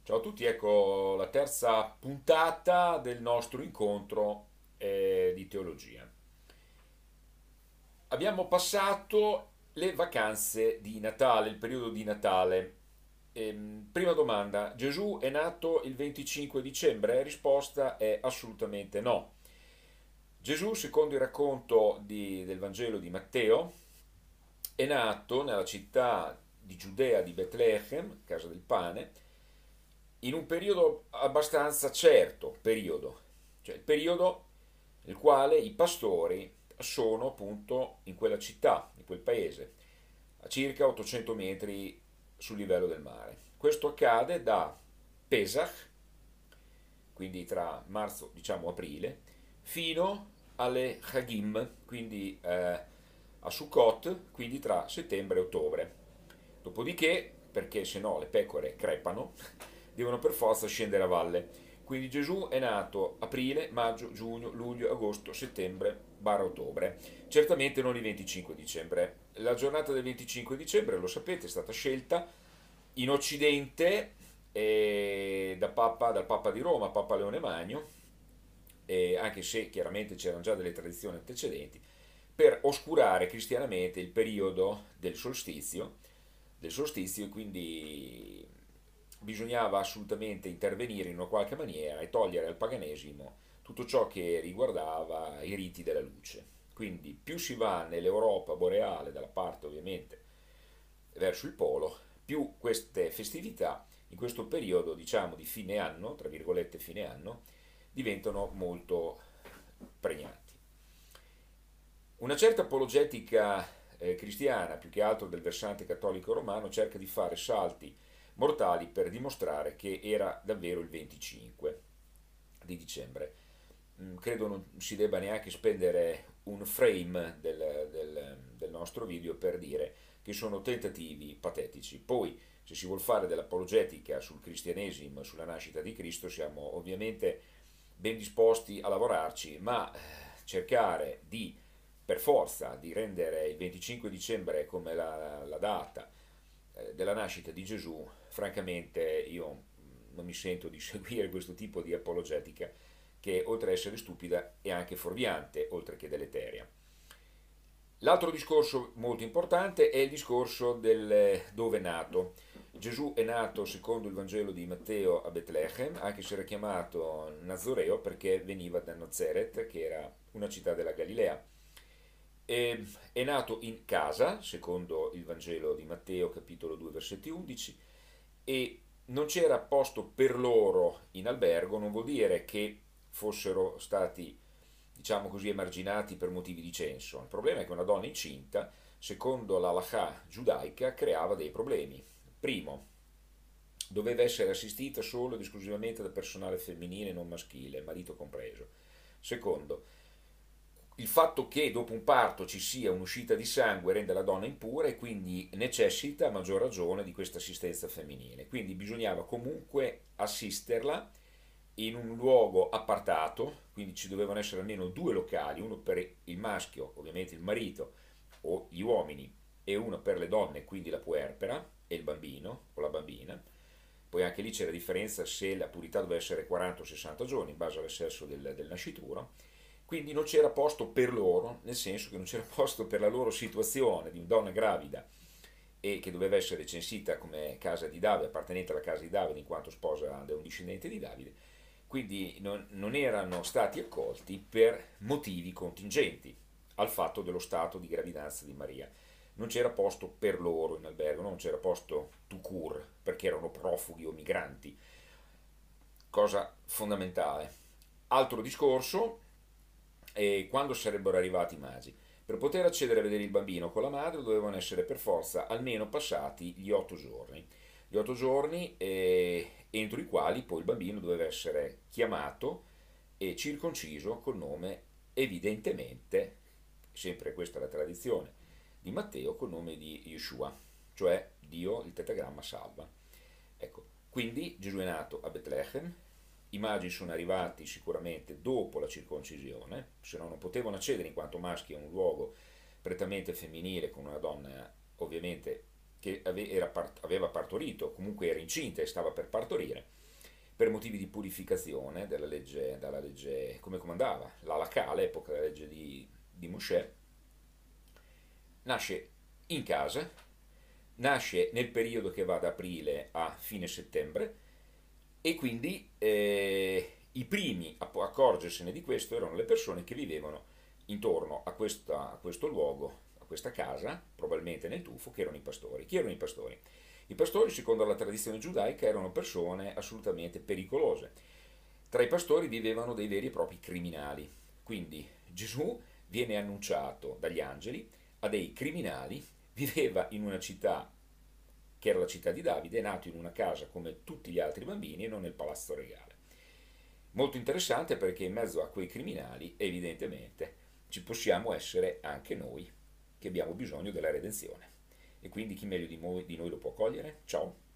Ciao a tutti, ecco la terza puntata del nostro incontro di teologia. Abbiamo passato le vacanze di Natale, il periodo di Natale. Prima domanda, Gesù è nato il 25 dicembre? Risposta è assolutamente no. Gesù, secondo il racconto del Vangelo di Matteo, è nato nella città di Giudea di Betlemme, casa del pane, in un periodo abbastanza certo, cioè il periodo nel quale i pastori sono appunto in quella città, in quel paese, a circa 800 metri sul livello del mare. Questo accade da Pesach, quindi tra marzo, diciamo aprile, fino alle Chagim, quindi a Sukkot, quindi tra settembre e ottobre. Dopodiché, perché se no le pecore crepano, devono per forza scendere a valle. Quindi Gesù è nato aprile, maggio, giugno, luglio, agosto, settembre, barra ottobre. Certamente non il 25 dicembre. La giornata del 25 dicembre, lo sapete, è stata scelta in Occidente dal Papa di Roma, Papa Leone Magno, anche se chiaramente c'erano già delle tradizioni antecedenti, per oscurare cristianamente il periodo del solstizio e quindi bisognava assolutamente intervenire in una qualche maniera e togliere al paganesimo tutto ciò che riguardava i riti della luce. Quindi più si va nell'Europa boreale, dalla parte ovviamente verso il polo, più queste festività in questo periodo, diciamo, di fine anno, tra virgolette fine anno, diventano molto pregnanti. Una certa apologetica cristiana, più che altro del versante cattolico romano, cerca di fare salti mortali per dimostrare che era davvero il 25 di dicembre. Credo non si debba neanche spendere un frame del nostro video per dire che sono tentativi patetici. Poi, se si vuol fare dell'apologetica sul cristianesimo, sulla nascita di Cristo, siamo ovviamente ben disposti a lavorarci, ma cercare per forza, di rendere il 25 dicembre come la data della nascita di Gesù, francamente io non mi sento di seguire questo tipo di apologetica che oltre ad essere stupida è anche fuorviante, oltre che deleteria. L'altro discorso molto importante è il discorso del dove è nato. Gesù è nato secondo il Vangelo di Matteo a Betlemme, anche se era chiamato Nazoreo perché veniva da Nazareth, che era una città della Galilea. È nato in casa, secondo il Vangelo di Matteo, capitolo 2, versetti 11, e non c'era posto per loro in albergo, non vuol dire che fossero stati, diciamo così, emarginati per motivi di censo. Il problema è che una donna incinta, secondo la halakha giudaica, creava dei problemi. Primo, doveva essere assistita solo ed esclusivamente da personale femminile non maschile, marito compreso. Secondo, il fatto che dopo un parto ci sia un'uscita di sangue rende la donna impura e quindi necessita a maggior ragione di questa assistenza femminile. Quindi bisognava comunque assisterla in un luogo appartato, quindi ci dovevano essere almeno due locali, uno per il maschio, ovviamente il marito o gli uomini, e uno per le donne, quindi la puerpera e il bambino o la bambina. Poi anche lì c'è la differenza se la purità doveva essere 40 o 60 giorni in base al sesso del nascituro. Quindi non c'era posto per loro, nel senso che non c'era posto per la loro situazione di una donna gravida e che doveva essere censita come casa di Davide, appartenente alla casa di Davide in quanto sposa di un discendente di Davide. Quindi non erano stati accolti per motivi contingenti al fatto dello stato di gravidanza di Maria. Non c'era posto per loro in albergo, non c'era posto tout court perché erano profughi o migranti, cosa fondamentale. Altro discorso, quando sarebbero arrivati i magi. Per poter accedere a vedere il bambino con la madre dovevano essere per forza almeno passati gli 8 giorni. Gli 8 giorni entro i quali poi il bambino doveva essere chiamato e circonciso col nome evidentemente, sempre questa è la tradizione di Matteo, col nome di Yeshua, cioè Dio, il tetagramma salva. Ecco, quindi Gesù è nato a Betlemme, i magi sono arrivati sicuramente dopo la circoncisione, se no non potevano accedere in quanto maschi a un luogo prettamente femminile con una donna ovviamente che aveva partorito, comunque era incinta e stava per partorire. per motivi di purificazione dalla legge come comandava l'Halakha all'epoca, la legge di Mosè, nasce in casa, nasce nel periodo che va da aprile a fine settembre e quindi i primi a accorgersene di questo erano le persone che vivevano intorno a questo luogo, a questa casa, probabilmente nel tufo, che erano i pastori. Chi erano i pastori? I pastori, secondo la tradizione giudaica, erano persone assolutamente pericolose. Tra i pastori vivevano dei veri e propri criminali. Quindi Gesù viene annunciato dagli angeli a dei criminali, viveva in una città che era la città di Davide, è nato in una casa come tutti gli altri bambini e non nel palazzo regale. Molto interessante perché in mezzo a quei criminali, evidentemente, ci possiamo essere anche noi che abbiamo bisogno della redenzione. E quindi chi meglio di noi lo può cogliere? Ciao!